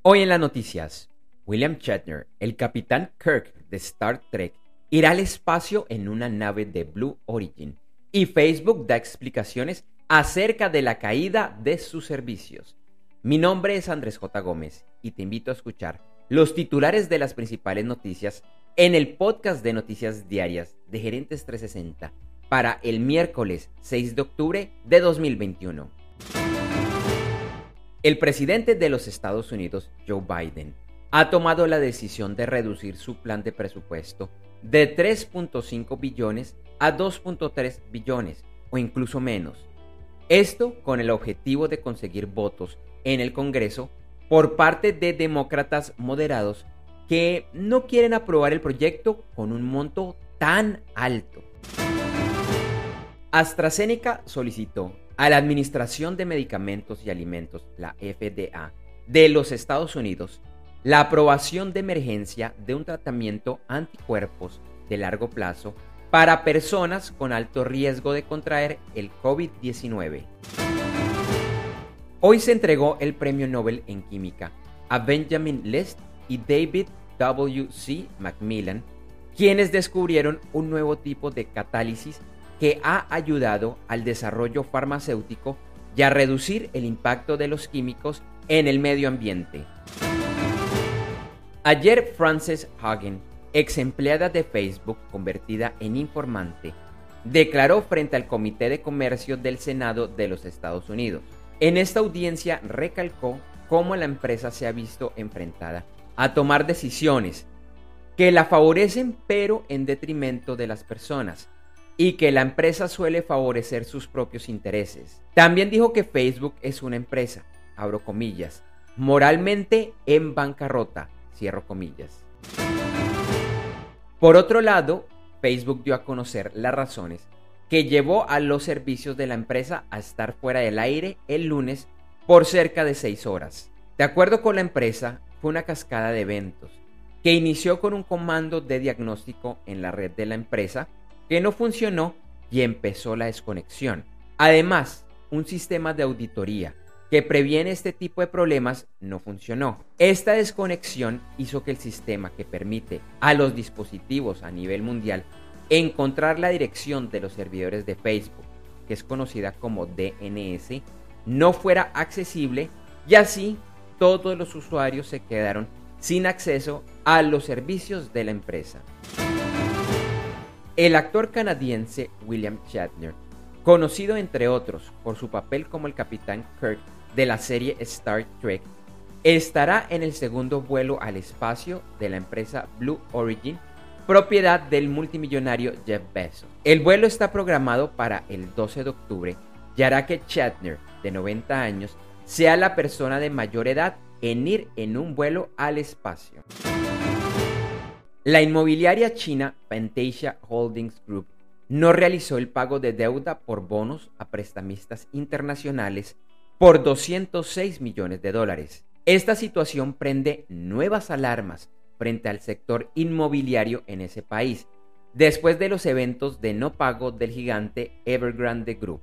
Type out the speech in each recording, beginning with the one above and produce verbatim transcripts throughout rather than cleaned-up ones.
Hoy en las noticias, William Shatner, el capitán Kirk de Star Trek, irá al espacio en una nave de Blue Origin y Facebook da explicaciones acerca de la caída de sus servicios. Mi nombre es Andrés J. Gómez y te invito a escuchar los titulares de las principales noticias en el podcast de noticias diarias de Gerentes trescientos sesenta para el miércoles seis de octubre de dos mil veintiuno. El presidente de los Estados Unidos, Joe Biden, ha tomado la decisión de reducir su plan de presupuesto de tres punto cinco billones a dos punto tres billones o incluso menos. Esto con el objetivo de conseguir votos en el Congreso por parte de demócratas moderados que no quieren aprobar el proyecto con un monto tan alto. AstraZeneca solicitó a la Administración de Medicamentos y Alimentos, la F D A, de los Estados Unidos, la aprobación de emergencia de un tratamiento anticuerpos de largo plazo para personas con alto riesgo de contraer el COVID diecinueve. Hoy se entregó el Premio Nobel en Química a Benjamin List y David W C Macmillan, quienes descubrieron un nuevo tipo de catálisis que ha ayudado al desarrollo farmacéutico y a reducir el impacto de los químicos en el medio ambiente. Ayer Frances Haugen, ex empleada de Facebook convertida en informante, declaró frente al Comité de Comercio del Senado de los Estados Unidos. En esta audiencia recalcó cómo la empresa se ha visto enfrentada a tomar decisiones que la favorecen pero en detrimento de las personas, y que la empresa suele favorecer sus propios intereses. También dijo que Facebook es una empresa, abro comillas, moralmente en bancarrota, cierro comillas. Por otro lado, Facebook dio a conocer las razones que llevó a los servicios de la empresa a estar fuera del aire el lunes por cerca de seis horas. De acuerdo con la empresa, fue una cascada de eventos que inició con un comando de diagnóstico en la red de la empresa que no funcionó y empezó la desconexión. Además, un sistema de auditoría que previene este tipo de problemas no funcionó. Esta desconexión hizo que el sistema que permite a los dispositivos a nivel mundial encontrar la dirección de los servidores de Facebook, que es conocida como D N S, no fuera accesible y así todos los usuarios se quedaron sin acceso a los servicios de la empresa. El actor canadiense William Shatner, conocido entre otros por su papel como el capitán Kirk de la serie Star Trek, estará en el segundo vuelo al espacio de la empresa Blue Origin, propiedad del multimillonario Jeff Bezos. El vuelo está programado para el doce de octubre y hará que Shatner, de noventa años, sea la persona de mayor edad en ir en un vuelo al espacio. La inmobiliaria china Fantasia Holdings Group no realizó el pago de deuda por bonos a prestamistas internacionales por doscientos seis millones de dólares. Esta situación prende nuevas alarmas frente al sector inmobiliario en ese país, después de los eventos de no pago del gigante Evergrande Group.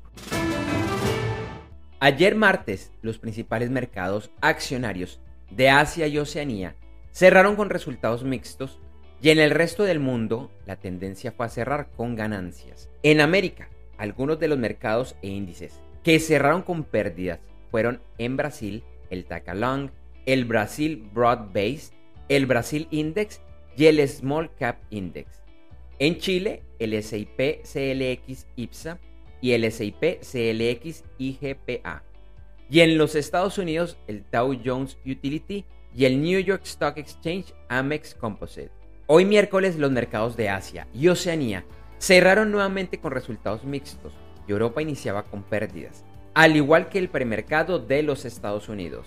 Ayer martes, los principales mercados accionarios de Asia y Oceanía cerraron con resultados mixtos, y en el resto del mundo, la tendencia fue a cerrar con ganancias. En América, algunos de los mercados e índices que cerraron con pérdidas fueron en Brasil, el Tacalong, el Brasil Broad Base, el Brasil Index y el Small Cap Index. En Chile, el S and P C L X I P S A y el S and P C L X I G P A. Y en los Estados Unidos, el Dow Jones Utility y el New York Stock Exchange Amex Composite. Hoy miércoles los mercados de Asia y Oceanía cerraron nuevamente con resultados mixtos y Europa iniciaba con pérdidas, al igual que el premercado de los Estados Unidos.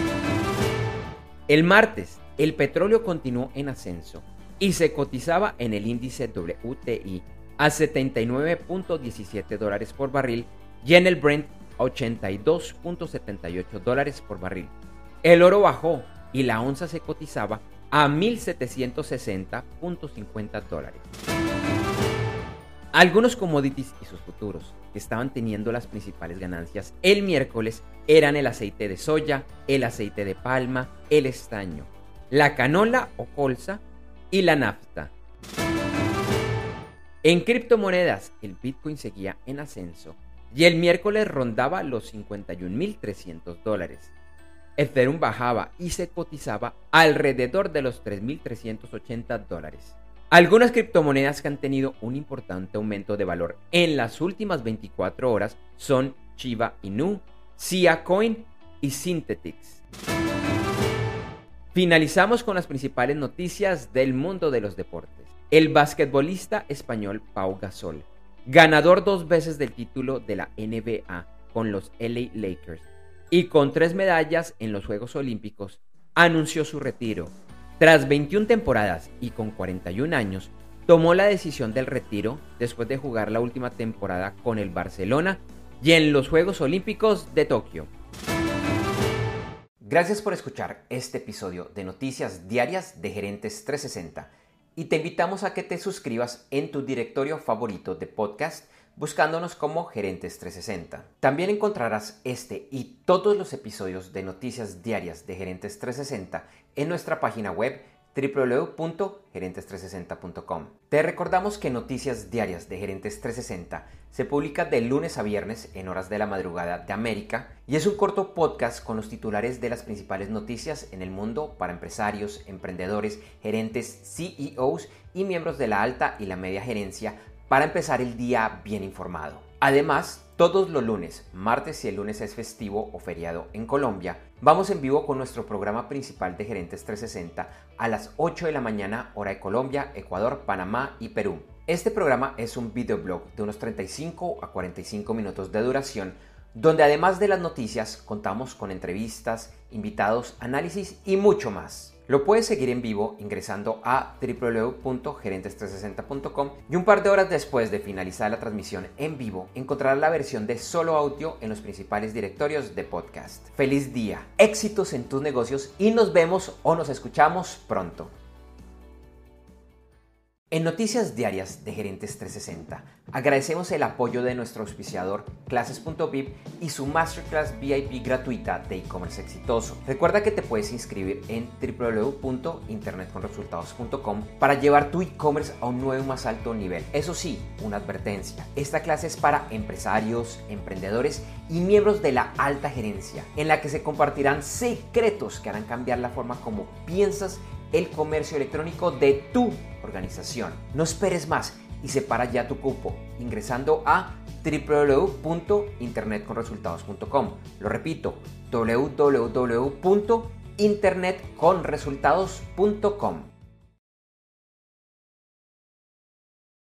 El martes, el petróleo continuó en ascenso y se cotizaba en el índice W T I a setenta y nueve punto diecisiete dólares por barril y en el Brent a ochenta y dos punto setenta y ocho dólares por barril. El oro bajó y la onza se cotizaba a mil setecientos sesenta punto cincuenta dólares. Algunos commodities y sus futuros que estaban teniendo las principales ganancias el miércoles eran el aceite de soya, el aceite de palma, el estaño, la canola o colza y la nafta. En criptomonedas, el Bitcoin seguía en ascenso y el miércoles rondaba los cincuenta y un mil trescientos dólares. Ethereum bajaba y se cotizaba alrededor de los tres mil trescientos ochenta dólares. Algunas criptomonedas que han tenido un importante aumento de valor en las últimas veinticuatro horas son Shiba Inu, Sia Coin y Synthetix. Finalizamos con las principales noticias del mundo de los deportes. El basquetbolista español Pau Gasol, ganador dos veces del título de la N B A con los L A Lakers y con tres medallas en los Juegos Olímpicos, anunció su retiro. Tras veintiuna temporadas y con cuarenta y un años, tomó la decisión del retiro después de jugar la última temporada con el Barcelona y en los Juegos Olímpicos de Tokio. Gracias por escuchar este episodio de Noticias Diarias de Gerentes trescientos sesenta y te invitamos a que te suscribas en tu directorio favorito de podcast buscándonos como Gerentes trescientos sesenta. También encontrarás este y todos los episodios de Noticias Diarias de Gerentes trescientos sesenta en nuestra página web doble u doble u doble u punto gerentes trescientos sesenta punto com. Te recordamos que Noticias Diarias de Gerentes trescientos sesenta se publica de lunes a viernes en horas de la madrugada de América y es un corto podcast con los titulares de las principales noticias en el mundo para empresarios, emprendedores, gerentes, C E Os y miembros de la alta y la media gerencia para empezar el día bien informado. Además, todos los lunes, martes si el lunes es festivo o feriado en Colombia, vamos en vivo con nuestro programa principal de Gerentes trescientos sesenta a las ocho de la mañana hora de Colombia, Ecuador, Panamá y Perú. Este programa es un videoblog de unos treinta y cinco a cuarenta y cinco minutos de duración, donde además de las noticias contamos con entrevistas, invitados, análisis y mucho más. Lo puedes seguir en vivo ingresando a doble u doble u doble u punto gerentes trescientos sesenta punto com y un par de horas después de finalizar la transmisión en vivo encontrarás la versión de solo audio en los principales directorios de podcast. ¡Feliz día! Éxitos en tus negocios y nos vemos o nos escuchamos pronto. En Noticias Diarias de Gerentes trescientos sesenta agradecemos el apoyo de nuestro auspiciador Clases punto V I P y su Masterclass V I P gratuita de e-commerce exitoso. Recuerda que te puedes inscribir en doble u doble u doble u punto internet con resultados punto com para llevar tu e-commerce a un nuevo y más alto nivel. Eso sí, una advertencia. Esta clase es para empresarios, emprendedores y miembros de la alta gerencia, en la que se compartirán secretos que harán cambiar la forma como piensas el comercio electrónico de tu organización. No esperes más y separa ya tu cupo ingresando a doble u doble u doble u punto internet con resultados punto com. Lo repito, doble u doble u doble u punto internet con resultados punto com.